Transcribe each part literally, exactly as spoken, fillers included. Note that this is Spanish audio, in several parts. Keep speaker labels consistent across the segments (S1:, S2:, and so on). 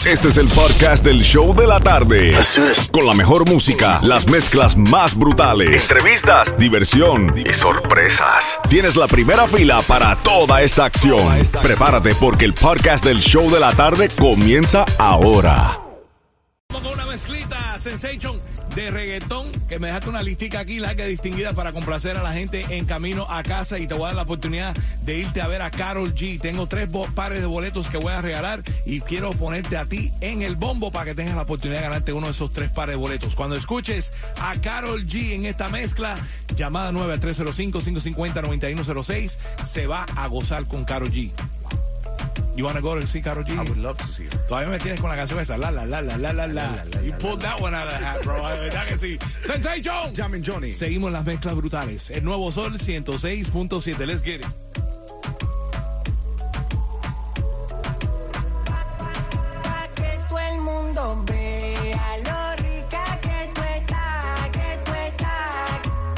S1: Este es el podcast del show de la tarde. Con la mejor música, las mezclas más brutales, entrevistas, diversión y sorpresas. Tienes la primera fila para toda esta acción. Prepárate porque el podcast del show de la tarde comienza ahora.
S2: Con una mezclita Sensation de reggaetón, que me dejaste una listica aquí larga y distinguida para complacer a la gente en camino a casa, y te voy a dar la oportunidad de irte a ver a Karol G. Tengo tres bo- pares de boletos que voy a regalar y quiero ponerte a ti en el bombo para que tengas la oportunidad de ganarte uno de esos tres pares de boletos. Cuando escuches a Karol G en esta mezcla, llamada nueve al tres cero cinco, cinco cinco cero, nueve uno cero seis, se va a gozar con Karol G. You wanna go to see Karol G?
S3: I would love to see her.
S2: Todavía me tienes con la canción esa, la la la la la la la. You pulled that one out of the hat, bro. De verdad que sí. Sensation.
S3: Jamin' Johnny.
S2: Seguimos las mezclas brutales. El Nuevo Sol ciento seis punto siete. Let's get it.
S4: Pa' que todo el mundo vea lo rica que tú estás, que tú estás.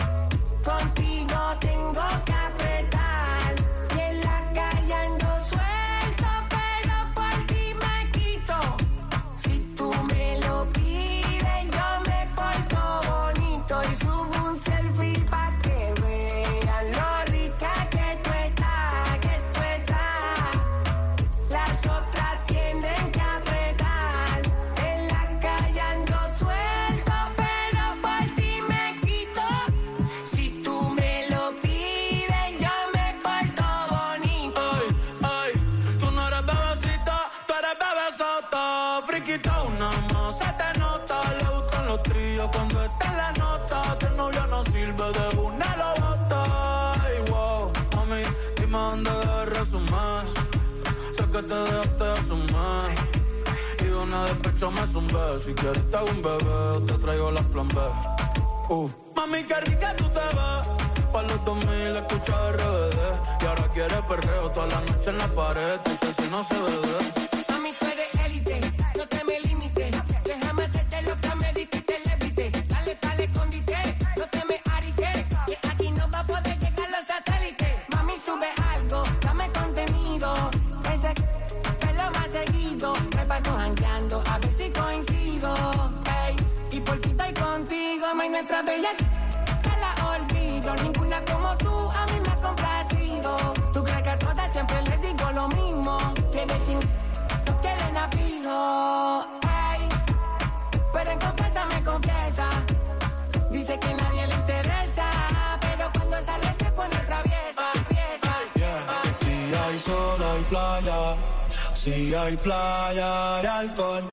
S4: Contigo tengo que apretar y en la calle ando suelto, pero por ti me quito. Si tú me lo pides, yo me porto bonito y subo un selfie pa' que vean lo rica que tú estás, que tú estás. Las otras tienen que apretar, en la calle ando suelto, pero por ti me quito. Si tú me lo pides, yo me porto bonito.
S5: Ay, tú no eres bebecita, tú eres bebesota. Friquita, una más, se te nota. Le gustan los tríos cuando está en la nota. Ser novio no sirve, de una lo bota. Ay, wow, mami, dime dónde debes resumir. Sé que te dejaste de asumir. Y de una despecho me zumbé. Si quieres te hago un bebé, o te traigo las plan B. Uh. Mami, qué rica tú te ves. Pa' los dos mil escucha R B D. Y ahora quieres perreo toda la noche en la pared. Que si no se bebe.
S4: Mami, tú eres élite, no te me limites. Déjame hacerte lo que me dijiste, te levite. Dale, dale, escondite, no te me arites. Que aquí no va a poder llegar los satélites. Mami, sube algo, dame contenido. Ese es lo más seguido. Me paso jangueando, a ver si coincido. Ey, y por fin estoy contigo, mami, nuestra bella te la olvido. Ninguna como tú a mí me ha complacido. Tú crees que a todas siempre les digo lo mismo. Quieren ching, no quieren abrigo. Ey, pero en confianza me confiesa. Dice que nadie le interesa, pero cuando sale se pone traviesa. Pieza,
S5: Si hay sol, hay playa. Si hay playa, hay alcohol.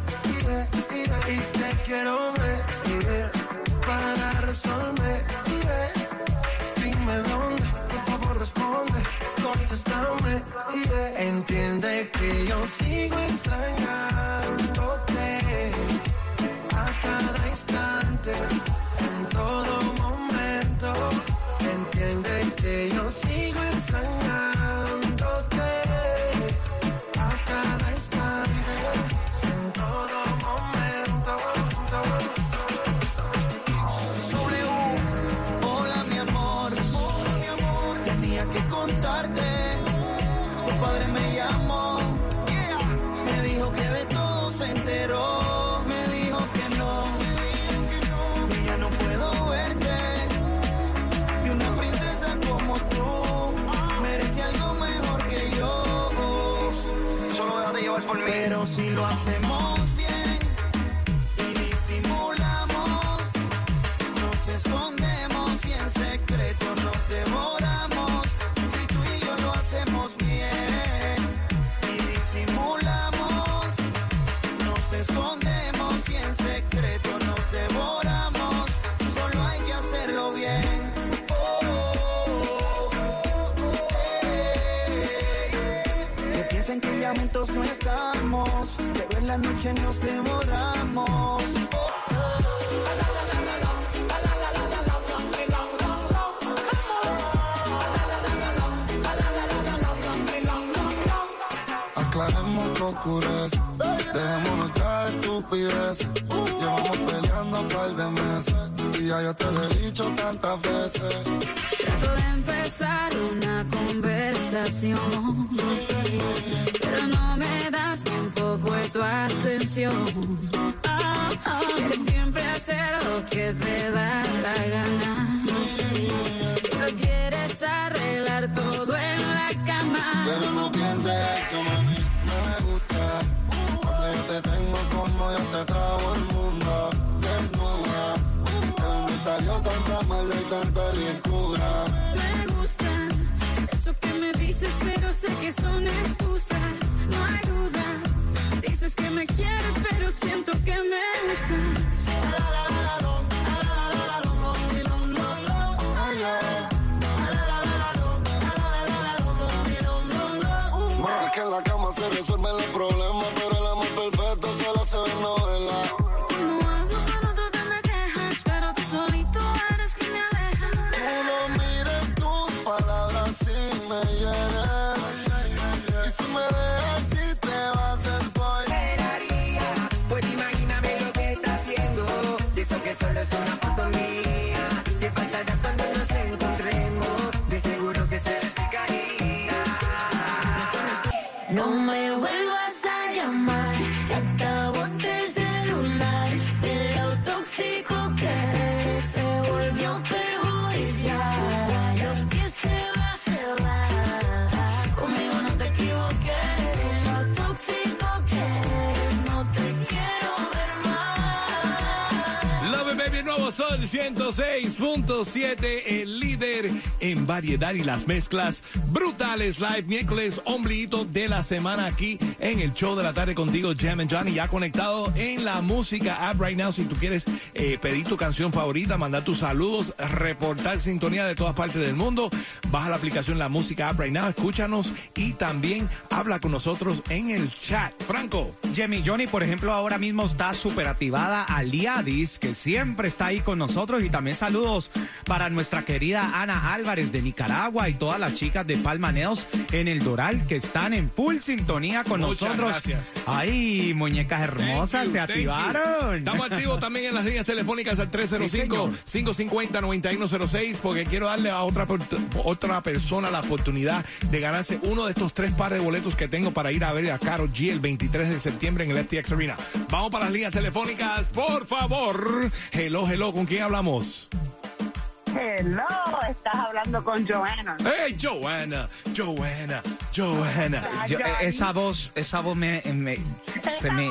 S4: y te quiero ver, para resolver. Dime dónde, por favor responde, contéstame. Entiende que yo sigo extrañándote a cada instante, en todo momento. Entiende que yo sigo extrañándote a cada instante, en todo momento.
S5: Hola mi amor, hola mi amor, tenía que contarte. Tu padre me llamó, me dijo que de todo se enteró. Me dijo que no, que ya no puedo verte. Y una princesa como tú merece algo mejor que yo. Solo déjate llevar por mí. Pero si lo hacemos bien y disimulamos, nos escondemos y en secreto nos devoramos. Si tú y yo lo hacemos bien y disimulamos, nos escondemos y en secreto nos devoramos. Solo hay que hacerlo bien. Oh, hey. Que piensen que ya juntos no estamos, pero en la noche nos devoramos.
S6: Aclaremos que oscurece, dejémonos ya de estupidez. Llevamos peleando un par de meses y ya yo te lo he dicho tantas veces.
S7: Trato de empezar una conversación, pero no me das ni un poco de tu atención. diversión. Oh, oh. Quieres siempre hacer lo que te da la gana. Pero quieres arreglar todo en la cama.
S6: Pero no pienses eso, mami, me gusta. Porque yo te tengo como yo te trago el mundo. Desnuda, de donde salió tanta maldad y tanta ricura.
S7: Me gusta eso que me dices, pero sé que son excusas. No hay duda. Dices que me quieres, pero siento que me usas.
S6: Más que en la cama se resuelven los problemas, pero el amor perfecto solo se ve en novela.
S7: No hablo con otro, te me quejas, pero tú solito eres quien me aleja.
S6: Tú no mires tus palabras si me hieres. Y si me dejas, si te vas el boy.
S3: Pues imagíname lo que está haciendo. Dice que solo es una foto mía. ¿Qué pasará cuando nos encontremos? De seguro que se explicaría.
S7: No me vuelvas a llamar, te acabo del celular. De lo tóxico que eres se volvió perjudicial. Lo que se va, se va. Conmigo no te equivoques. De lo tóxico que eres no te quiero ver más.
S2: Love it, baby, nuevo Sol ciento seis punto siete, el líder en variedad y las mezclas brutales. Live miércoles, ombliguito de la semana aquí en el show de la tarde contigo, Jam and Johnny, ya conectado en la música app right now. Si tú quieres eh, pedir tu canción favorita, mandar tus saludos, reportar sintonía de todas partes del mundo, baja la aplicación La Música app right now, escúchanos y también habla con nosotros en el chat. Franco.
S8: Jimmy Johnny, por ejemplo, ahora mismo está súper activada Aliadis, que siempre está ahí con nosotros. Y también saludos para nuestra querida Ana Álvarez de Nicaragua y todas las chicas de Palma Nails en el Doral que están en full sintonía con
S2: Muchas
S8: nosotros.
S2: gracias.
S8: Ay, muñecas hermosas,
S2: Thank you,
S8: se
S2: thank
S8: activaron.
S2: you. Estamos activos también en las líneas telefónicas al tres cero cinco, cinco cinco cero, nueve uno cero seis porque quiero darle a otra, otra persona la oportunidad de ganarse uno de estos tres pares de boletos que tengo para ir a ver a Karol G el veintitrés de septiembre en el F T X Arena. Vamos para las líneas telefónicas, por favor. Hello, hello, ¿con quién hablamos?
S9: Hello, estás hablando con Joanna.
S2: Hey, Joanna, Joanna, Joanna.
S8: Yo, eh, esa voz, esa voz me, me se me.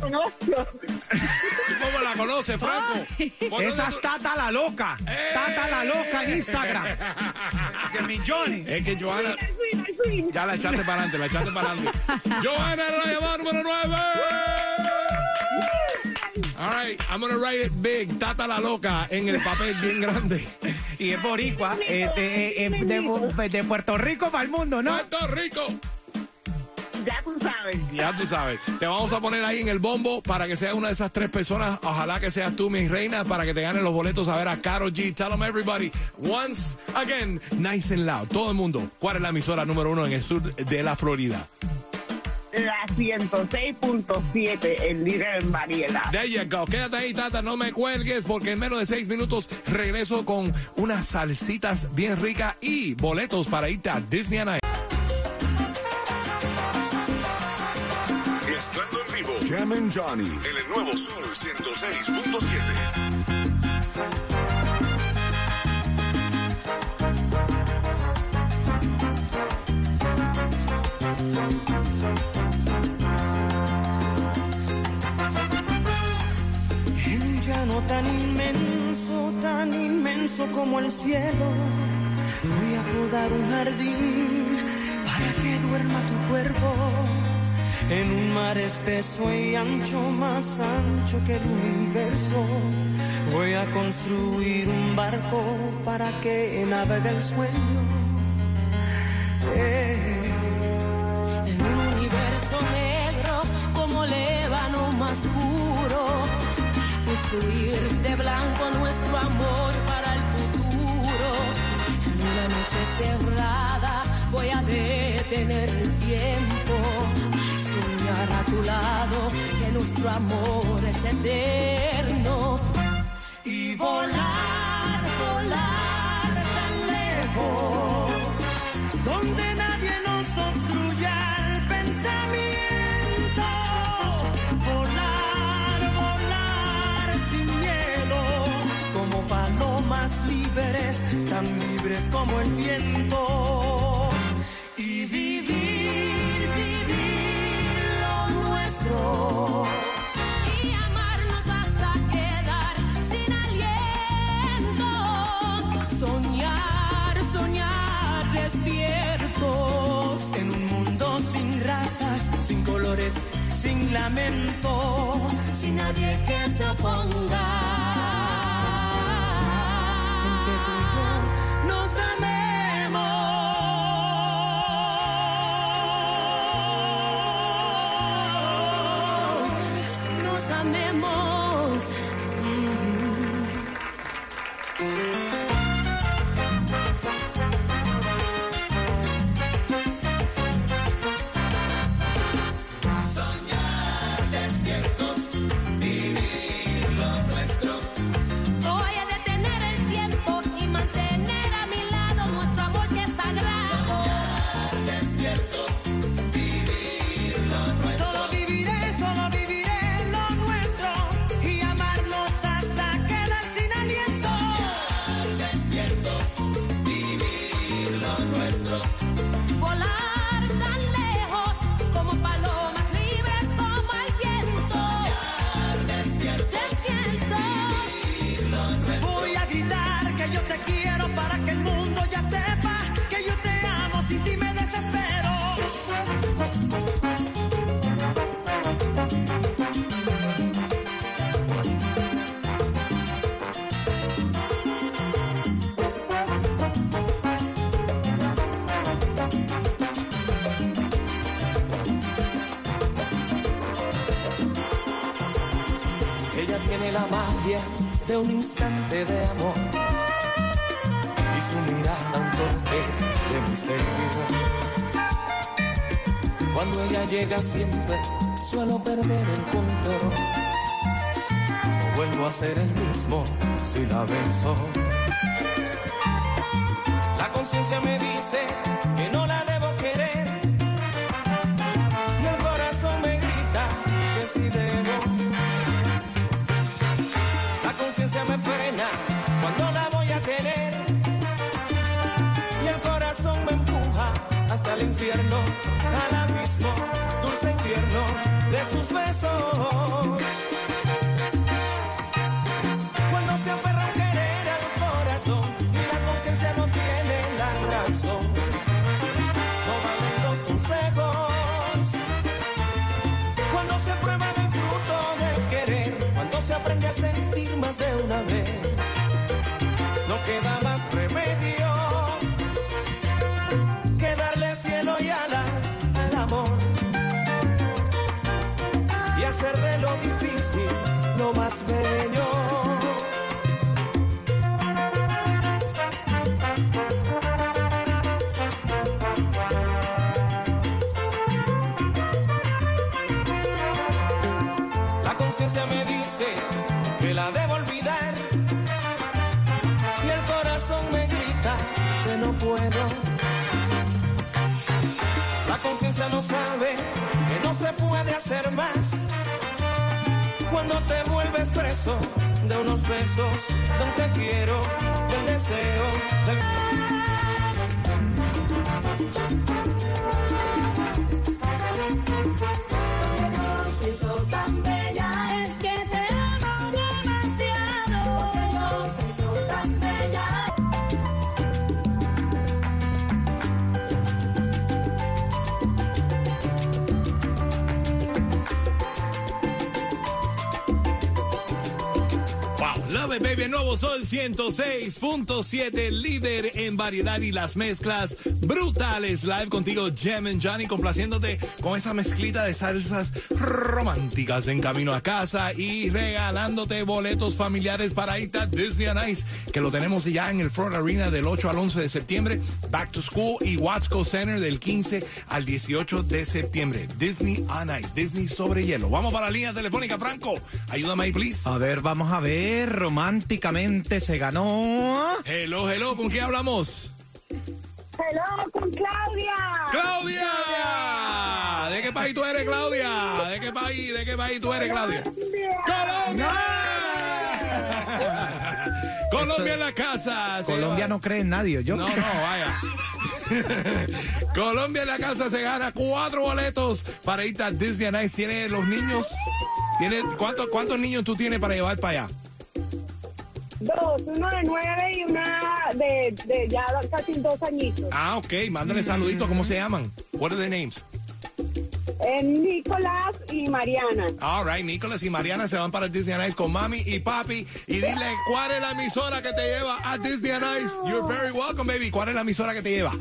S2: ¿Cómo la conoces, Franco? ¿Por
S8: Esa
S2: dónde
S8: es
S2: tú-
S8: Tata la loca,
S2: ¡Eh!
S8: Tata la loca en Instagram. Jimmy Johnny.
S2: Es que Joanna, ya la echaste para adelante, la echaste para adelante. Joanna, la llamada número nueve. All right, I'm gonna write it big. Tata la loca en el papel bien grande.
S8: Y es boricua, eh, de, eh, de, de Puerto Rico para el mundo, ¿no?
S2: Puerto Rico.
S9: Ya tú sabes.
S2: Ya tú sabes. Te vamos a poner ahí en el bombo para que seas una de esas tres personas. Ojalá que seas tú, mi reina, para que te ganen los boletos a ver a Karol G. Tell them everybody. Once again, nice and loud. Todo el mundo. ¿Cuál es la emisora número uno en el sur de la Florida?
S9: La ciento seis punto siete, el líder en variedad.
S2: There you go. Quédate ahí, Tata, no me cuelgues porque en menos de seis minutos regreso con unas salsitas bien ricas y boletos para irte a Disney on Ice.
S1: Mezclando en vivo, Jam and Johnny, en el nuevo Sol ciento seis punto siete.
S5: El llano tan inmenso, tan inmenso como el cielo. Voy a podar un jardín para que duerma tu cuerpo. En un mar espeso y ancho, más ancho que el universo. Voy a construir un barco para que navegue el sueño. Eh.
S7: En un universo negro como el ébano más puro, construir de blanco nuestro amor para el futuro. En una noche cerrada voy a detener el tiempo, soñar a tu lado que nuestro amor es eterno y volar, volar tan lejos.
S5: Donde nadie nos obstruya el pensamiento. Volar. palomas libres, tan libres como el viento. Y vivir, vivir lo nuestro.
S7: Y amarnos hasta quedar sin aliento.
S5: Soñar, soñar despiertos en un mundo sin razas, sin colores, sin lamento,
S7: Sin nadie que se oponga.
S5: en que tú y yo nos amemos.
S7: Nos amemos. Voy a detener el tiempo y mantener a mi lado nuestro amor que es sagrado.
S5: Solo viviré, solo viviré lo nuestro y amarnos hasta quedar sin aliento.
S7: Volar tan lejos como palomas libres como el viento. Despierto.
S5: Voy a gritar que yo te quiero para que el mundo ya sepa que yo te amo, sin ti me desespero. Ella tiene la magia de un instante de amor y su mirada un toque de misterio. Cuando ella llega siempre suelo perder el control. No vuelvo a ser el mismo si la beso. La conciencia me dice que no la debo querer y el corazón me grita que sí debo. La conciencia me frena cuando la voy a querer y el corazón me empuja hasta el infierno, al abismo, dulce infierno de sus besos. Cuando se aferra a querer al corazón y la conciencia no tiene la razón, no valen los consejos. Cuando se prueba del fruto del querer, cuando se aprende a sentir más de una vez, no queda más remedio que darle cielo y alas al amor y hacer de lo difícil lo más bello. La conciencia me dice que la debo olvidar y el corazón me grita que no puedo. La conciencia no sabe que no se puede hacer más cuando te vuelves preso de unos besos, de un te quiero, del deseo, del...
S4: Pienso tan bella, es que te amo demasiado. Pienso tan bella.
S2: Wow, Love It Baby, el nuevo Sol ciento seis punto siete, líder en variedad y las mezclas brutales. Live contigo, Gem and Johnny, complaciéndote con esa mezclita de salsas románticas en camino a casa y regalándote boletos familiares para irte a Disney on Ice, que lo tenemos ya en el Front Arena del ocho al once de septiembre, Back to School y Watsco Center del quince al dieciocho de septiembre. Disney on Ice, Disney sobre hielo. Vamos para la línea telefónica, Franco. Ayúdame ahí, please.
S8: A ver, vamos a ver. Románticamente se ganó.
S2: Hello, hello, ¿con quién hablamos?
S9: Hello, con Claudia.
S2: ¡Claudia! ¿De qué país tú eres, Claudia? ¿De qué país, de qué país tú eres, Claudia? ¡Colombia! Colombia en la casa.
S8: Colombia no cree en nadie, yo.
S2: No, no, vaya. Colombia en la casa se gana cuatro boletos para ir a Disney on Ice. ¿Tiene los niños? ¿Tiene, ¿cuántos, ¿Cuántos niños tú tienes para llevar para allá?
S9: Dos, uno de nueve y una de, de ya casi dos añitos.
S2: Ah, ok. Mándale saluditos. ¿Cómo se llaman? What are their names?
S9: Eh, Nicolás y Mariana.
S2: All right, Nicolás y Mariana se van para Disney on Ice con mami y papi. Y dile, ¿cuál es la emisora que te lleva a Disney on Ice? You're very welcome, baby. ¿Cuál es la emisora que te lleva?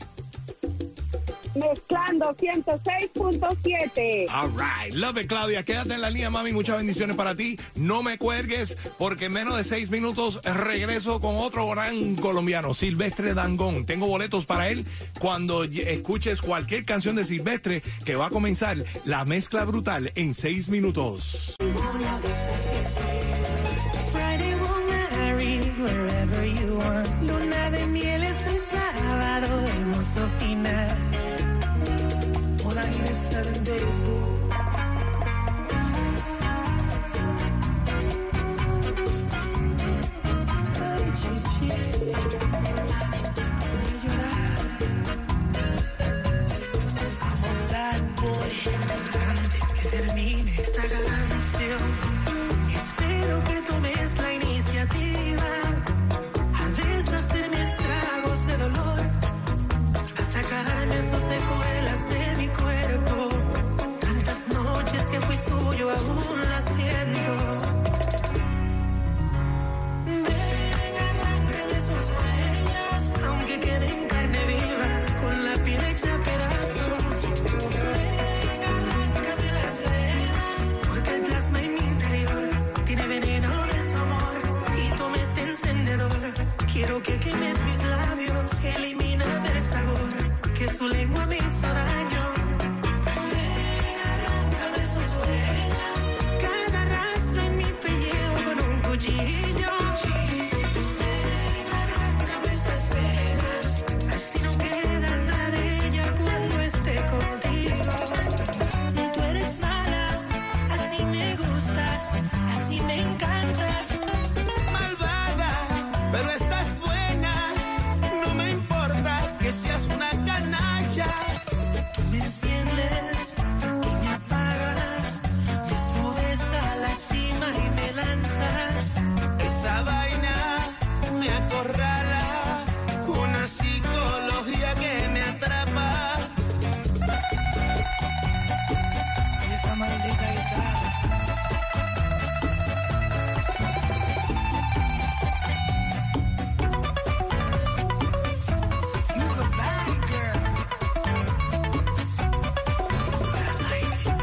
S9: Mezclando ciento seis punto siete.
S2: All right, love it, Claudia. Quédate en la línea, mami. Muchas bendiciones para ti. No me cuelgues, porque en menos de seis minutos regreso con otro gran colombiano, Silvestre Dangond. Tengo boletos para él cuando escuches cualquier canción de Silvestre, que va a comenzar la mezcla brutal en seis minutos.
S4: Friday we'll marry wherever you want. Luna de miel es el sábado, hermoso final. All I need is seven days, boo. Ay, chichi. Voy a llorar. I'm a bad boy. Antes que termine esta canción, espero que tomes la iniciativa a deshacerme estragos de dolor, a sacarme sus secuelas de mi cuerpo. Tantas noches que fui suyo aún la siento. Ven, arráncame sus huellas, aunque quede en carne viva, con la piel hecha a pedazos. Ven, arráncame las venas, porque el plasma en mi interior tiene veneno de su amor, y tome este encendedor. Quiero que quemes mis labios, elimíname el sabor que su lengua me hizo daño. Ven, arráncame sus huellas, cada rastro en mi pellejo con un cuchillo. Ven, arráncame estas penas, así no queda nada de ella cuando esté contigo. Tú eres mala, así me gustas, así me encantas.
S5: Malvada, pero estás buena. No me importa que seas una canalla.
S4: Me enciendes y me apagas, me subes a la cima y me lanzas.
S5: Esa vaina me acorrala, una psicología que me atrapa.
S4: Y esa maldita guitarra. You're a bad girl. But I like it.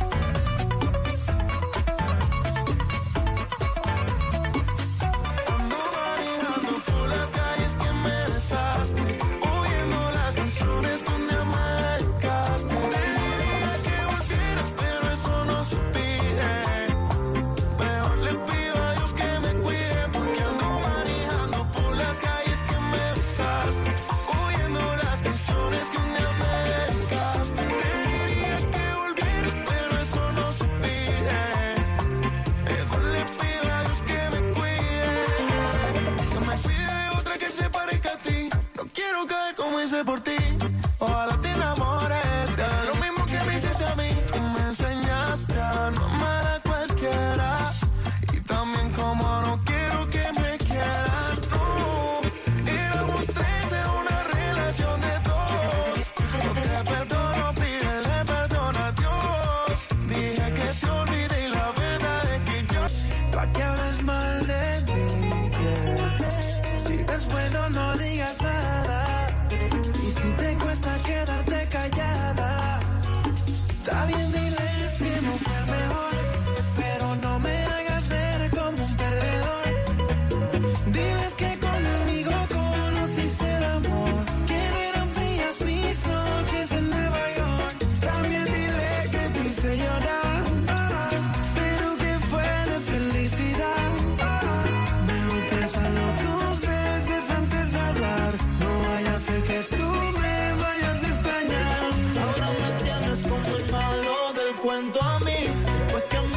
S6: Ando manejando por las calles que me besaste, oyendo las canciones donde amarcaste. Te diría que volvieras, pero eso no se pide. Mejor le pido a Dios que me cuide, porque ando manejando por las calles que me besaste, oyendo las canciones que me amarcaste. Te diría que volvieras, pero eso no se pide. Mejor le pido a Dios que me cuide, que me cuide de otra que se parezca a ti. No quiero caer como hice por ti. Ojalá te enamores de lo mismo que me hiciste a mí. Tú me enseñaste a no amar a cualquiera, y también como no quiero que me quieran. No, éramos tres en una relación de dos. No te perdono, pídele perdón a Dios. Dije que te olvidé y la verdad es que yo.
S4: ¿Pa' qué hablas mal de mí? Yeah. Si ves bueno, no digas nada. Y si te cuesta quedarte callada, está bien, diles que no fue mejor, pero no me hagas ver como un perdedor. Diles que conmigo conociste el amor, que no eran frías mis noches en Nueva York. También dile que te hice llorar, pero que fue de felicidad. Mejor piénsalo dos veces antes de hablar, no vaya a ser que tú me vayas a extrañar.
S5: Ahora me tienes como el malo del cuento a mí. Después que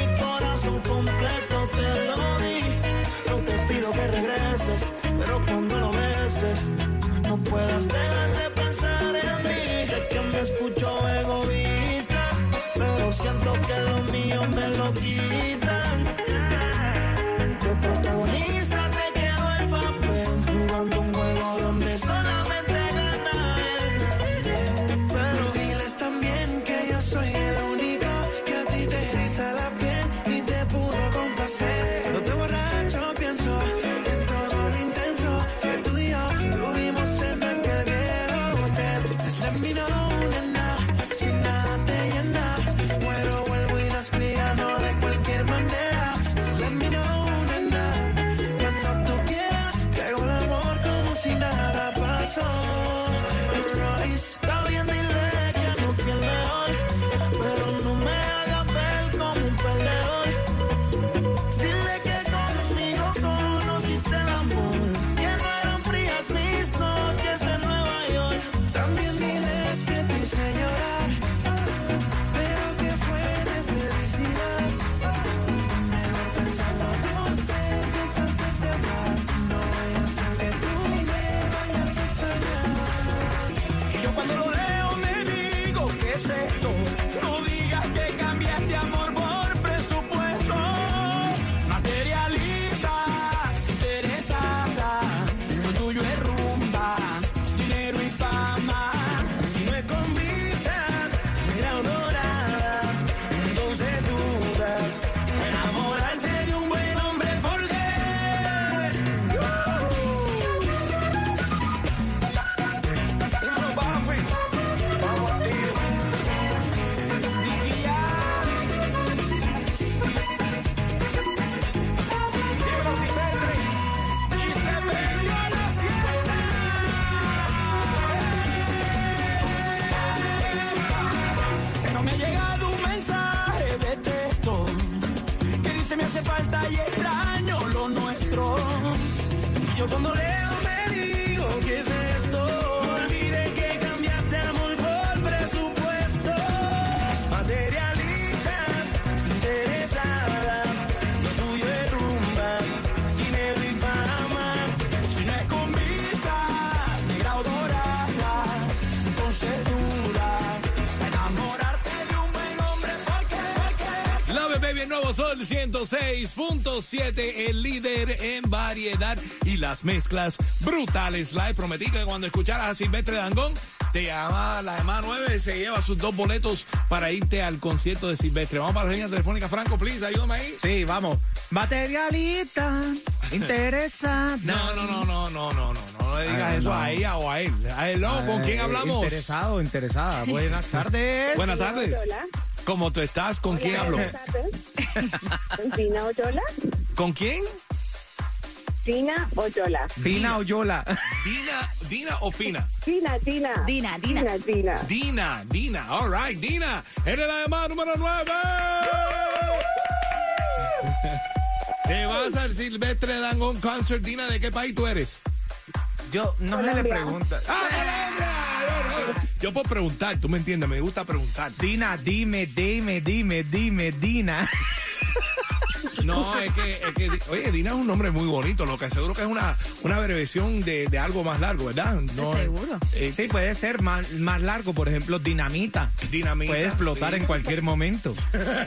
S5: chiquita. De protagonista te quedó el papel, jugando un juego donde solamente gana él. Pero diles también que yo soy el único que a ti te eriza la piel y te pudo complacer. No te borracho, pienso en todo lo intenso que tú y yo tuvimos en aquel viejo hotel. Just let me know, nena, si nada te llena, muero, vuelvo y las no de cualquier manera. Just let me know, nena, cuando tú quieras, te hago el amor como si nada pasó. Royce, está bien, dile que no fui el mejor, pero no me hagas ver como un perdedor. Dile que conmigo conociste el amor, que no eran frías mis noches en Nueva York. También diles que te hice llorar, pero que fue de felicidad. Mejor pensarlo dos veces antes de hablar, no vaya a ser que tú me vayas a extrañar. Y yo cuando lo leo me digo, ¿qué es esto? No digas que cambiaste amor por presupuesto. Materialista, interesada, lo tuyo es rumba, dinero y fama. Si no es con visa, mira dorada, entonces dudas enamorarte de un buen hombre, porque Dímelo, papi, vamos a ti. Nicky Jam. Dímelo, Silvestre. Y se perdió la fiesta. Pero me ha llegado un mensaje de texto que dice me hace falta y extraño lo nuestro. Y yo cuando leo me digo, ¿qué es esto? Olvidé que cambiaste amor por presupuesto. Materialista, interesada, lo tuyo es rumba, dinero y fama. Si no es con visa, negra o dorada, entonces duda enamorarte de un buen hombre, porque, porque
S2: Love it, baby, el nuevo Sol ciento seis punto siete, el líder en variedad y las mezclas brutales live. Prometí que cuando escucharas a Silvestre Dangond, te llama la demás nueve, se lleva sus dos boletos para irte al concierto de Silvestre. Vamos para la línea telefónica. Franco, please, ayúdame ahí.
S8: Sí, vamos. Materialista, interesada.
S2: No, no, no, no, no, no, no, no le digas
S8: Ay,
S2: eso
S8: no.
S2: a ella o a él. Hello, ¿con quién
S8: Eh,
S2: hablamos?
S8: Interesado, interesada. Buenas tardes.
S2: Buenas tardes.
S9: Hola.
S2: ¿Cómo tú estás? ¿Con quién hablo?
S9: Buenas tardes. ¿Con Fina Oyola?
S2: ¿Con quién?
S9: Fina Oyola.
S8: Fina Oyola.
S2: Dina, Dina o Fina.
S9: Fina, Tina.
S10: Dina, Dina.
S9: Tina, Tina.
S2: Dina, Dina, all right, Dina, eres la llamada número nueve. Te vas al Silvestre Dangond Concert. Dina, ¿de qué país tú eres?
S8: Yo no se le
S9: Colombia.
S8: pregunta.
S2: ¡Ah, Colombia! Yo puedo preguntar, tú me entiendes, me gusta preguntar.
S8: Dina, dime, dime, dime, dime, Dina.
S2: No, es que, es que, oye, Dina es un nombre muy bonito, lo que seguro que es una, una abreviación de, de algo más largo, ¿verdad? No,
S10: Seguro.
S2: eh,
S8: Sí, puede ser más, más largo, por ejemplo, dinamita.
S2: Dinamita.
S8: Puede explotar
S2: Sí.
S8: en cualquier momento.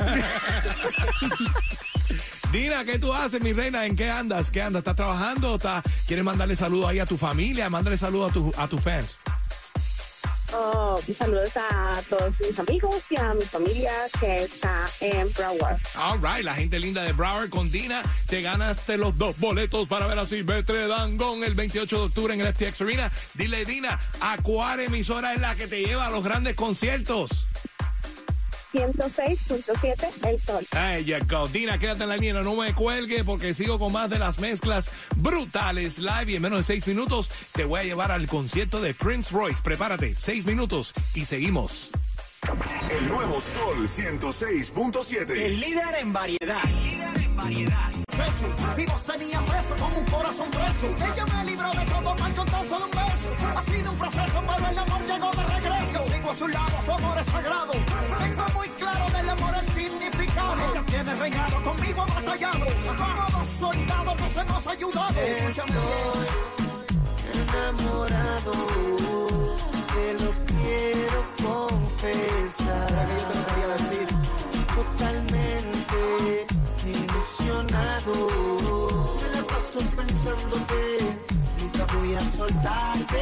S2: Dina, ¿qué tú haces, mi reina? ¿En qué andas? ¿Qué andas? ¿Estás trabajando? ¿Estás, ¿Quieres mandarle saludos ahí a tu familia? Mándale saludos a, tu, a tus fans.
S9: Oh, saludos a todos mis amigos y a mi familia que está en Broward.
S2: All right, la gente linda de Broward con Dina. Te ganaste los dos boletos para ver a Silvestre Dangond el veintiocho de octubre en el F T X Arena. Dile, Dina, ¿a cuál emisora es la que te lleva a los grandes conciertos?
S9: ciento seis punto siete El Sol.
S2: There you go. Dina, quédate en la línea, no me cuelgue porque sigo con más de las mezclas brutales live y en menos de seis minutos te voy a llevar al concierto de Prince Royce. Prepárate, seis minutos y seguimos.
S1: El nuevo Sol ciento seis punto siete.
S5: el líder en variedad. Vivos tenía preso con un corazón preso. Ella me libró de todo mal con tan solo un beso. Ha sido un proceso, pero el amor llegó de regreso. Sigo a su lado, su amor es sagrado. Tengo muy claro del amor el significado. Ella tiene reinado, conmigo ha batallado. Como soldados nos hemos ayudado. Estoy enamorado, te lo quiero confesar. Yo te lo quería decir. Tú totalmente ilusionado. Me la paso pensándote, nunca voy a soltarte.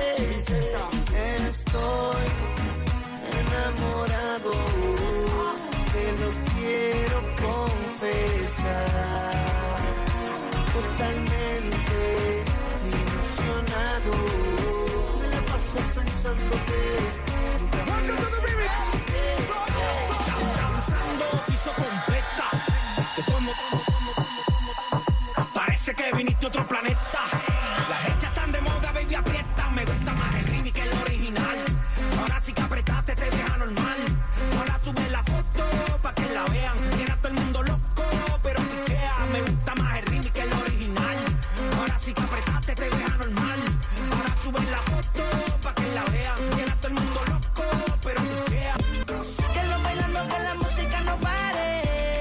S5: Estoy enamorado, te lo quiero confesar. Totalmente ilusionado, me la paso pensándote, nunca voy a soltarte.
S10: Danzando se hizo completa. Te pongo, parece que viniste a otro planeta. Las hechas están de moda, baby, aprieta. Me gusta más el remix que el original. Ahora sí que apretaste, te deja normal. Ahora sube la foto pa' que la vean. Tiene a todo el mundo loco, pero pichea. Me gusta más el remix que el original. Ahora sí que apretaste, te deja normal. Ahora sube la foto pa' que la vean. Tiene a todo el mundo loco, pero pichea.
S5: Síguelo bailando, que la música no pare.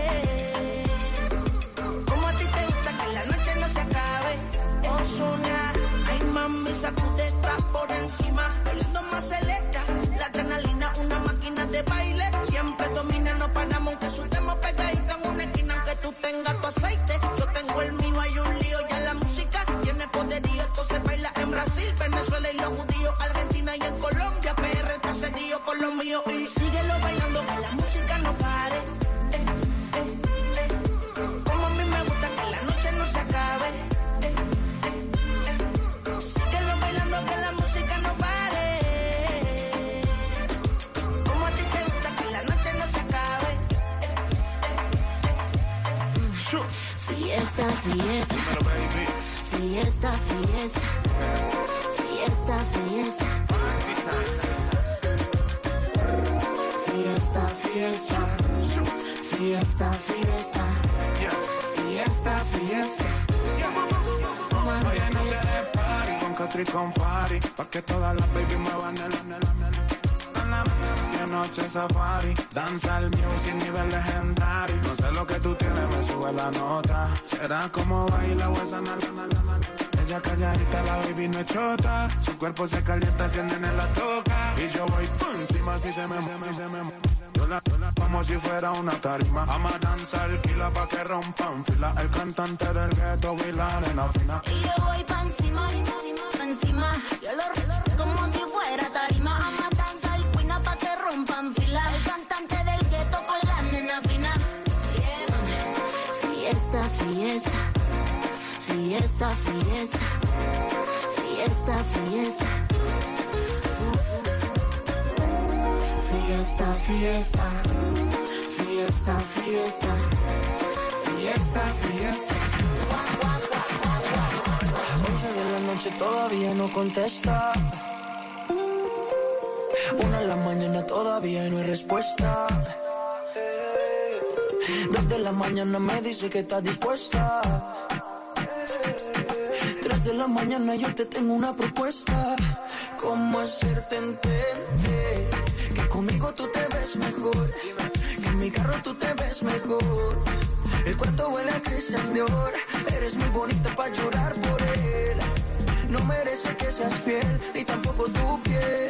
S5: Como a ti te gusta que la noche no se acabe. Ozuna, ay mami, sacude atrás por encima. Bailando más selecta, la adrenalina, una máquina de baile. Siempre domina, no paramos, aunque subamos pegadito en una esquina. Aunque tú tengas tu aceite, yo tengo el mío, hay un lío. Ya la música tiene poderío, esto se baila en Brasil, Venezuela y los judíos, Argentina y en Colombia, P R, caserío con los míos. Y síguelo bailando, que la música no pare. Eh, eh, eh. Como a mí me gusta que la noche no se acabe. Eh, eh, eh. Síguelo bailando, que la música no pare. Como a ti te gusta que la noche no se acabe. Eh, eh, eh.
S7: Fiesta, fiesta. Fiesta, fiesta. Fiesta, fiesta. Fiesta, fiesta. Fiesta, fiesta. Fiesta, fiesta.
S10: Hoy noche de party, con Castro y con Fari, pa' que todas las baby muevan el de noche safari, danza el music nivel legendario. No sé lo que tú tienes, me sube la nota. Será como baila o esa nalga, nalga, nalga. Ella calladita, la baby no es chota. Su cuerpo se calienta, encienden en la toca. Y yo voy por encima si se me mueve, se me mueve. Yo la, yo la como si fuera una tarima. Ama danzar, pila pa' que rompan fila. El cantante del ghetto y la arena fina.
S7: Y yo voy pa' encima, pa' encima. Yo lo lo como si fuera tarima. Ama danzar, cuina pa' que rompan fila. El cantante del gueto con la nena fina. Yeah. Fiesta, fiesta. Fiesta, fiesta. Fiesta, fiesta. Fiesta, fiesta. Fiesta, fiesta. Fiesta, fiesta.
S5: once de la noche todavía no contesta. Una de la mañana todavía no hay respuesta. Dos de la mañana me dice que está dispuesta. Tres de la mañana yo te tengo una propuesta. ¿Cómo hacerte entender que conmigo tú te ves mejor? Que en mi carro tú te ves mejor. El cuarto huele a Christian Dior. Eres muy bonita para llorar por él. No merece que seas fiel, ni tampoco tu piel.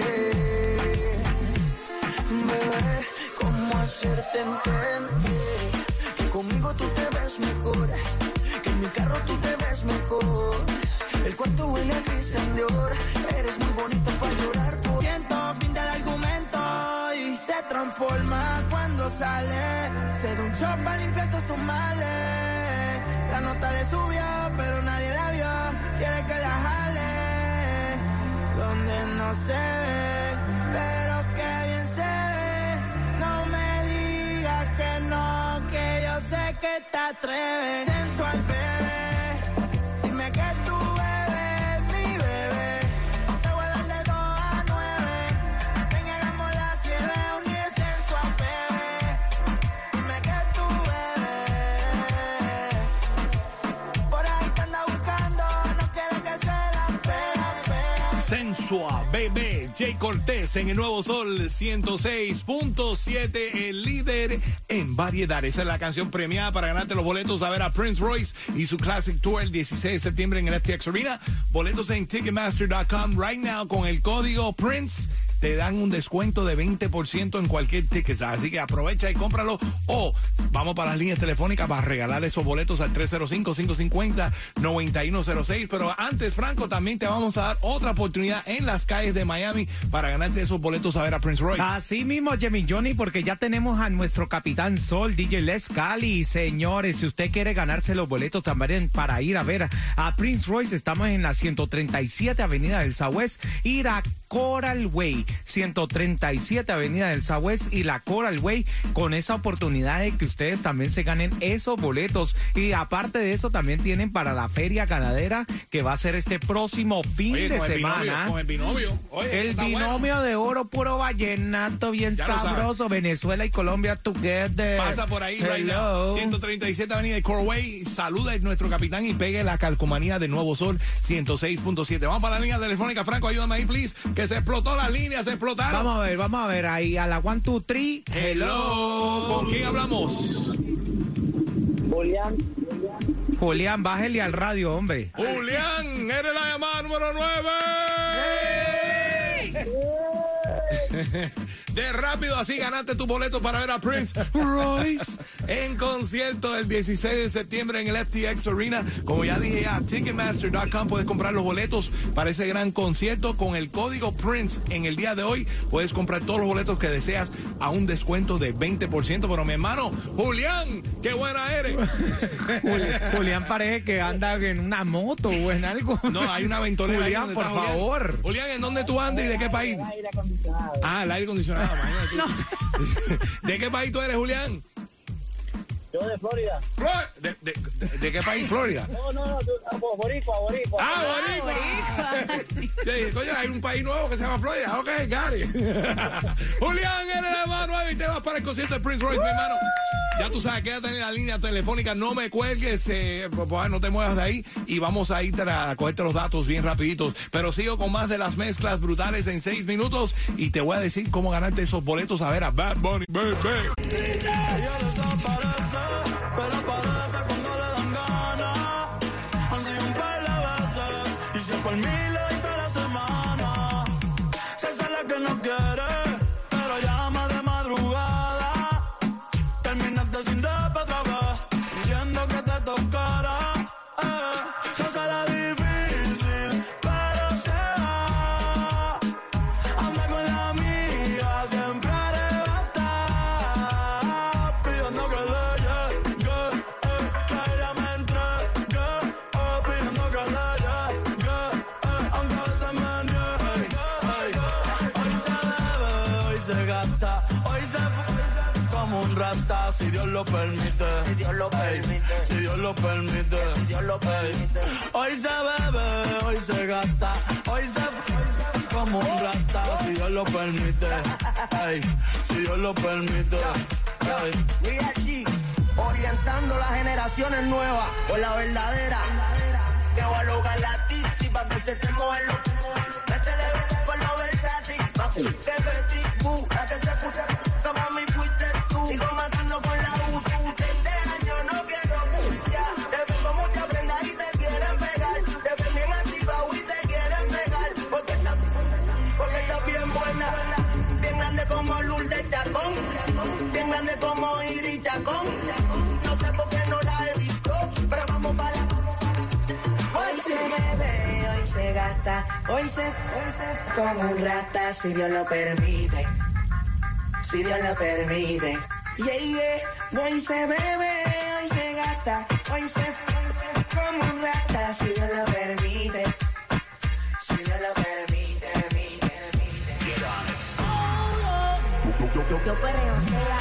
S5: Bebé, ¿cómo hacerte entender que conmigo tú te ves mejor? Que en mi carro tú te ves mejor. El cuarto huele a Christian Dior. Eres muy bonita para llorar por. Siento fin del argumento y se transforma cuando sale. Se da un shot para limpiar todos sus males. La nota le subió, pero nadie la vio. Quiere que la jale donde no se ve, pero que bien se ve. No me digas que no, que yo sé que te atreves. Sensual, bebé. Dime que tú bebes, mi bebé. Te voy a dar de dos a nueve. Ven, hagamos las siete, un día sensual, bebé. Dime que tú bebes. Por ahí te anda buscando, no quiero que se la fea, fea.
S2: Sensua, bebé, Jay Cortés en el Nuevo Sol ciento seis punto siete, el líder en variedad. Esa es la canción premiada para ganarte los boletos a ver a Prince Royce y su Classic Tour el dieciséis de septiembre en el F T X Arena. Boletos en Ticketmaster punto com right now con el código Prince te dan un descuento de veinte por ciento en cualquier ticket. Así que aprovecha y cómpralo. O vamos para las líneas telefónicas para regalar esos boletos al tres cero cinco, cinco cinco cero, nueve uno cero seis. Pero antes, Franco, también te vamos a dar otra oportunidad en las calles de Miami para ganarte esos boletos a ver a Prince Royce.
S8: Así mismo, Jimmy Johnny, porque ya tenemos a nuestro capitán Sol, D J Les Cali. Señores, si usted quiere ganarse los boletos también para ir a ver a Prince Royce, estamos en la ciento treinta y siete Avenida del Southwest, ir a Coral Way, ciento treinta y siete Avenida del Southwest y la Coral Way, con esa oportunidad de que ustedes también se ganen esos boletos. Y aparte de eso, también tienen para la feria ganadera que va a ser este próximo fin
S2: Oye,
S8: de
S2: con el
S8: semana.
S2: binomio, con el binomio. Oye,
S8: el
S2: está
S8: binomio
S2: bueno.
S8: de oro, puro vallenato, bien
S2: Ya lo
S8: sabroso. Venezuela y Colombia together.
S2: Pasa por ahí, right
S8: Hello.
S2: now. ciento treinta y siete Avenida de Coral Way. Saluda a nuestro capitán y pegue la calcomanía de Nuevo Sol ciento seis punto siete. Vamos para la línea telefónica. Franco, ayúdame ahí, please. Que se explotó las líneas, se explotaron.
S8: Vamos a ver, vamos a ver ahí a la one, two, three.
S2: Hello. ¿Con quién hablamos?
S9: Julián.
S8: Julián, bájele al radio, hombre.
S2: Julián, eres la llamada número nueve. De rápido, así ganaste tu boleto para ver a Prince Royce en concierto el dieciséis de septiembre en el F T X Arena. Como ya dije ya, Ticketmaster punto com puedes comprar los boletos para ese gran concierto. Con el código Prince en el día de hoy puedes comprar todos los boletos que deseas a un descuento de veinte por ciento. Pero mi hermano, Julián, qué buena eres.
S8: Julián, Julián parece que anda en una moto o en algo.
S2: No, hay una ventolera. ahí
S8: Julián,
S2: donde
S8: por
S2: está Julián.
S8: favor.
S2: Julián, ¿en dónde tú andas y de qué país?
S9: Aire acondicionado.
S2: Ah, el aire acondicionado, imagínate. ¿De qué país tú eres, Julián?
S9: Yo de Florida.
S2: Flor- ¿De, de, de, de qué país? Florida.
S9: No, no, no, yo- boricua, boricua.
S2: Ah, Boricua. Yo dije, coño, hay un país nuevo que se llama Florida. Ok, Gary. Julián, eres la mano nueve y te vas para el concierto de Prince Royce, mi hermano. Ya tú sabes, quédate en la línea telefónica, no me cuelgues, eh, por favor, no te muevas de ahí y vamos a ir a cogerte los datos bien rapiditos. Pero sigo con más de las mezclas brutales en seis minutos y te voy a decir cómo ganarte esos boletos a ver a Bad Bunny, baby.
S5: Ella desaparece, pero aparece cuando le dan ganas. Han sido un par de veces y si es por mí le doy toda la semana. Se hace la que no quiere, pero llama de madrugada. Terminaste sin rap otra vez, pidiendo que te tocara. Eh, se hace la difícil, pero se va. Anda con la amiga, siempre arrebata. Pidiendo que le llegue, eh, que ella me entregue. Oh, pidiendo que le llegue, eh, aunque a veces me niegue. Eh, hoy se bebe, hoy se gasta, hoy se fue como un rata, si Dios lo permite. Si Dios lo permite. Si Dios lo permite. Si Dios lo permite. Hoy se bebe, hoy se gasta, hoy se fue como un rata, si Dios lo permite. Ey, si Dios lo permite. Ey.
S11: Real G, orientando las generaciones nuevas por la verdadera. Que voy a lograr la tizi pa' que se te mueva. Métele con lo versátil, pa' que petit, bu, la que se puso. Como a mí fuiste tú, sigo matando con la U. Este año no quiero ya. Te ven con mucha prenda y te quieren pegar. Te ven bien activado y te quieren pegar. Porque estás, porque estás bien buena. Bien grande como Lourdes Chacón. Bien grande como Iris Chacón. No sé por qué no la he visto, pero vamos para la... Hoy se bebe, hoy se gasta, hoy se, hoy se como un rata, si Dios lo permite, si Dios lo permite. Yeah, yeah, hoy se bebe, hoy se gasta, hoy se, hoy se como un rata, si Dios lo permite, si Dios lo permite, permite, permite.
S7: Yo perreo sola.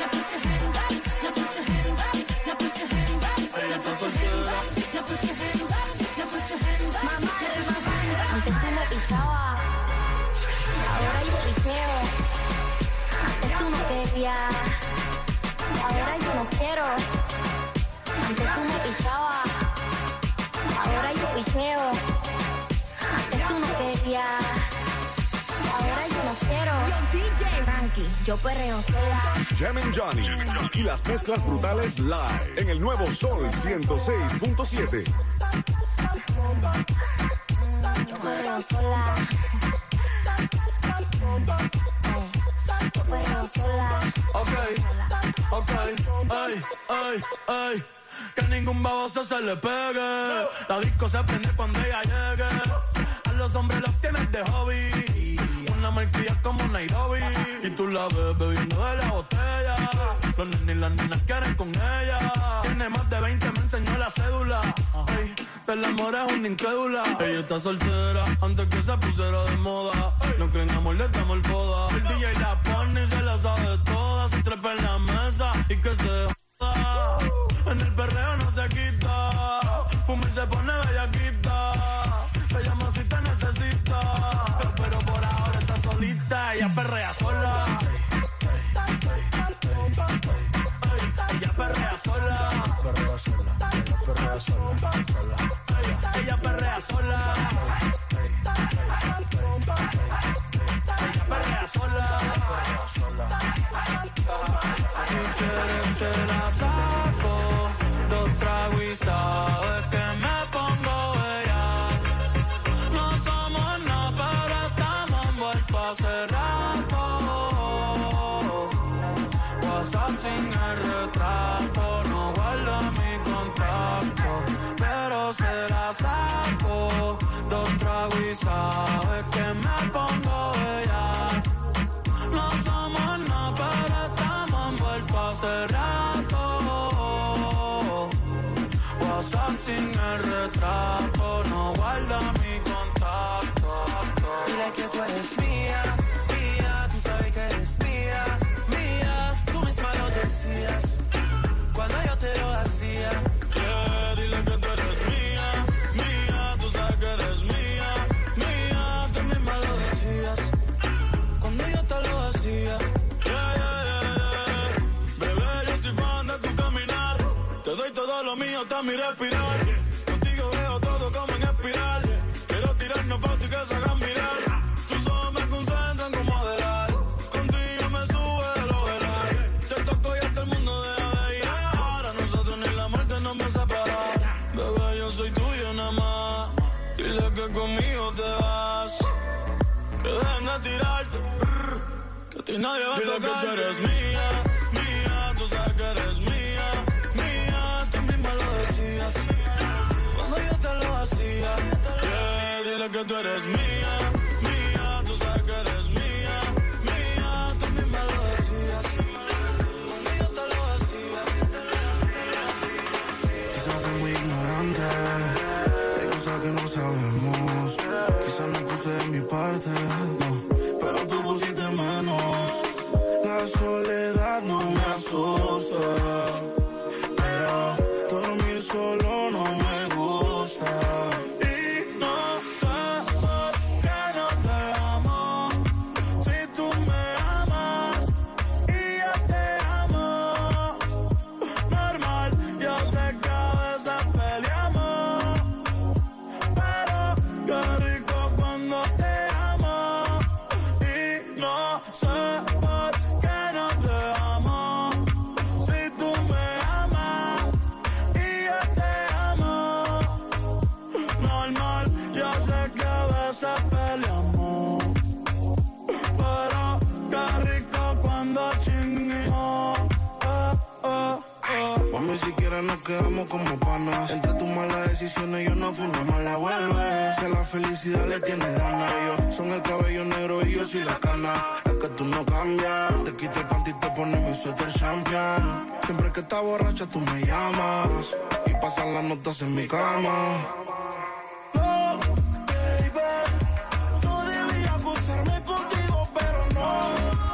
S7: Antes tú me pichabas, ahora yo picheo. Antes tú no querías, ahora yo no quiero. Antes tú me pichabas, ahora yo picheo. Antes tú no querías, ahora yo no quiero. Frankie, yo perreo sola.
S1: Jammin' Johnny y las mezclas brutales live en el nuevo Sol ciento seis punto siete.
S7: Yo perreo sola. Yo perreo sola.
S5: Ok, ok, ay, ay, ay. Que ningún baboso se le pegue. La disco se prende cuando ella llegue. A los hombres los tienes de hobby. Una malcria como Nairobi. Y tú la ves bebiendo de la botella. Los nenes y las nenas quieren con ella. Tiene más de veinte, me enseñó la cédula. Ay, del amor es una incrédula. Ella está soltera antes que se pusiera de moda. No creen amor, le damos el foda. El D J la pone y se la sabe toda. Se trepa en la mesa y que se joda. En el perreo no se quita. Fuma y se pone bellaquita. Se llama si te necesita. Pero, pero por ahora está solita. Ella perrea sola. Ella perrea sola. Perrea sola. Ella perrea sola. Ella perrea sola. Ella perrea sola. Si quieren se la saco. Dos tragos y sabes que me pongo bella. No somos nada, pero estamos envueltos hace rato. WhatsApp sin el retrato, no guardo mi contacto, pero se la saco. Dos tragos y sabes que me pongo bella. No somos nada, pero estamos envueltos hace rato. WhatsApp sin el retrato, no guarda mi contacto.
S3: Dile que tú eres mía, mía, tú sabes que eres mía, mía, tú misma lo decías cuando yo te lo hacía.
S5: Yeah, dile que tú eres mía, mía, tú sabes que eres mía, mía, tú misma lo decías cuando yo te lo hacía. Yeah, yeah, yeah, yeah. Bebé, yo soy fan de tu caminar, te doy todo lo mío hasta mi respirar. Contigo veo todo como en espiral. Quiero tirarnos fotos y que se hagan mirar. Tus ojos me concentran como adelar. Contigo me sube de lo veral. Te toco y hasta el mundo deja de ir. Ahora nosotros ni la muerte nos va a separar. Bebé, yo soy tuyo nada más. Dile que conmigo te vas. Que dejen de tirarte. Que a ti nadie va a tocar. Dile que tú eres mía, mía, tú sabes que eres mía. Cuando yo te lo hacía, yeah, dile que tú eres mía, mía, tú sabes que eres mía, mía, tú misma lo decías, cuando yo te lo hacía.
S6: Quizás fui muy ignorante, hay cosas que no sabemos, quizás no puse de mi parte, no, pero tú pusiste menos, la soledad no me asusta, pero dormir solo no me gusta. Y no sé por qué no te amo. Si tú me amas y yo te amo. Normal, yo sé que a veces peleamos, pero qué rico cuando te amo. Y no sé por qué no te amo. Si tú me amas y yo te amo, normal, yo sé que a veces peleamos, pero qué rico cuando chingamos. Oh, oh, oh. Mami, si quieres nos quedamos como panas. Entre tus malas decisiones yo no fui una mala vuelve. Si a la felicidad le tienes ganas, ellos son el cabello negro y yo soy la cana. Es que tú no cambias, te quito el panty y te pones mi suéter champion. Siempre que estás borracha tú me llamas y pasan las notas en mi cama. No, baby, no debía acostarme contigo, pero no.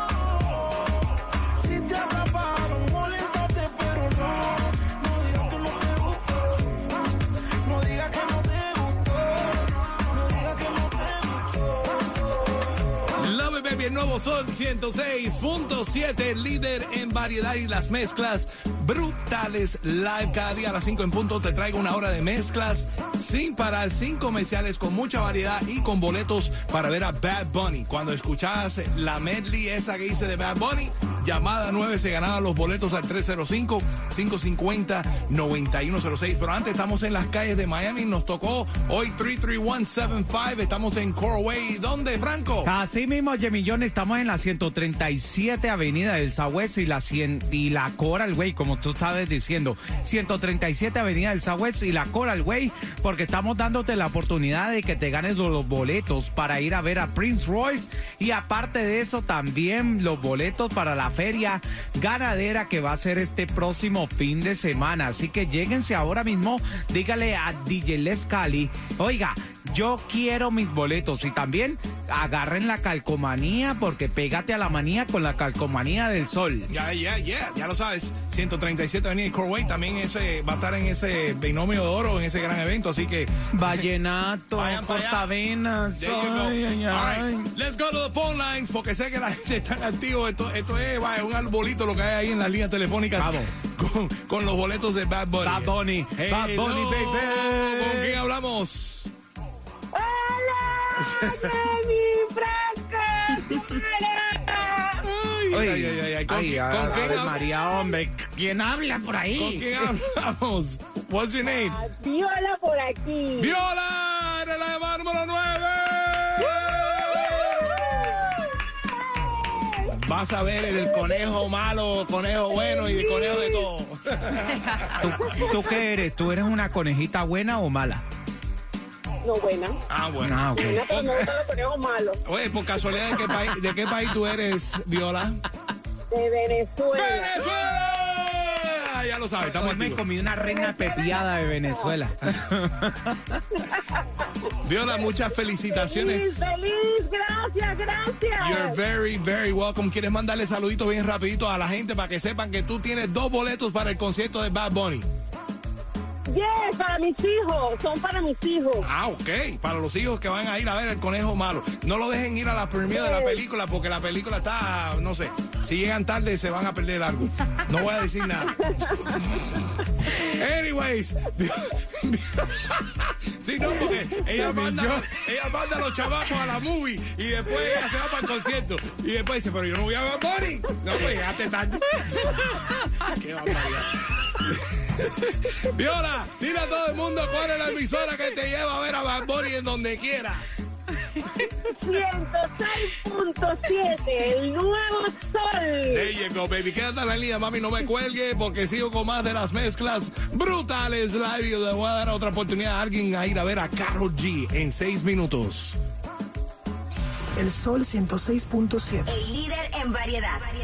S6: Si te atraparon, moléstate, pero no. No digas que no te gustó, no digas que no te gustó, no digas que no te gustó.
S2: Love it, baby, el nuevo Sol ciento seis punto siete, líder en variedad y las mezclas brutales live cada día a las cinco en punto. Te traigo una hora de mezclas sin parar, sin comerciales, con mucha variedad y con boletos para ver a Bad Bunny. Cuando escuchas la medley esa que hice de Bad Bunny, llamada nueve se ganaban los boletos al tres cero cinco, cinco cinco cero, nueve uno cero seis. Pero antes estamos en las calles de Miami. Nos tocó hoy tres tres uno siete cinco. Estamos en Coral Way. ¿Dónde, Franco?
S8: Así mismo, Jemillón, estamos en la ciento treinta y siete Avenida del Southwest y la, cien, y la Coral Way, como tú sabes diciendo. ciento treinta y siete Avenida del Southwest y la Coral Way, porque estamos dándote la oportunidad de que te ganes los boletos para ir a ver a Prince Royce. Y aparte de eso, también los boletos para la feria ganadera que va a ser este próximo fin de semana. Así que lléguense ahora mismo, dígale a D J Les Cali, oiga, yo quiero mis boletos. Y también agarren la calcomanía, porque pégate a la manía con la calcomanía del sol.
S2: Ya, ya, ya, ya lo sabes. ciento treinta y siete Avenida Coral Way también ese, va a estar en ese binomio de oro, en ese gran evento. Así que
S8: Vallenato,
S2: vayan para allá.
S8: Cortavenas.
S2: There you go.
S8: Ay, ay,
S2: All
S8: ay.
S2: right, let's go to the phone lines, porque sé que la gente está activo. Esto, esto es, vaya, un arbolito lo que hay ahí en las líneas telefónicas.
S8: Vamos.
S2: Con, con los boletos de Bad Bunny.
S8: Bad Bunny,
S2: Hey,
S8: Bad Bunny,
S2: hello.
S8: baby.
S2: ¿Con quién hablamos?
S9: ¡Hola, Jamie Franco!
S2: Ay,
S8: Ay,
S2: ay, ay, ay, ay. ¿Con,
S8: ay,
S2: quién-
S8: a-
S2: con quién
S8: Ave
S2: hab-
S8: María, hombre, ¿quién habla por ahí?
S2: ¿Con quién hablamos? What's your name?
S9: Viola por aquí.
S2: ¡Viola! ¡Eres la llamada número nueve! Vas a ver el conejo malo, conejo bueno y el conejo de todo.
S8: ¿Tú, ¿Tú qué eres? ¿Tú eres una conejita buena o mala?
S9: No, buena.
S2: Ah, bueno.
S8: Ah, ok.
S9: Buena, pero me gustan los conejos malos.
S2: Oye, por casualidad, ¿de qué país, de qué país tú eres, Viola?
S9: De Venezuela.
S2: ¡Venezuela! Ya lo sabes, estamos
S8: Hoy me
S2: activos.
S8: comí una reina pepiada de Venezuela.
S2: Viola, muchas
S9: Feliz,
S2: felicitaciones.
S9: feliz, gracias, gracias.
S2: You're very, very welcome. ¿Quieres mandarle saluditos bien rapidito a la gente para que sepan que tú tienes dos boletos para el concierto de Bad Bunny?
S9: Yes, para mis hijos, son para mis hijos.
S2: Ah, ok. Para los hijos que van a ir a ver el conejo malo. No lo dejen ir a la premiere de la película porque la película está, no sé, si llegan tarde se van a perder algo. No voy a decir nada. Anyways. Sí, no, porque ella manda, ella manda a los chamacos a la movie y después ella se va para el concierto. Y después dice, pero yo no voy a ver Bad Bunny. No, pues llegaste tarde. Qué barbaridad. Viola, dile a todo el mundo cuál es la emisora que te lleva a ver a Bad Bunny en donde quiera.
S9: ciento seis punto siete, el nuevo sol.
S2: There you go, baby. Quédate en la línea, mami, no me cuelgue porque sigo con más de las mezclas brutales live. Yo le voy a dar otra oportunidad a alguien a ir a ver a Karol G en seis minutos.
S12: El Sol ciento seis punto siete.
S13: El líder en variedad.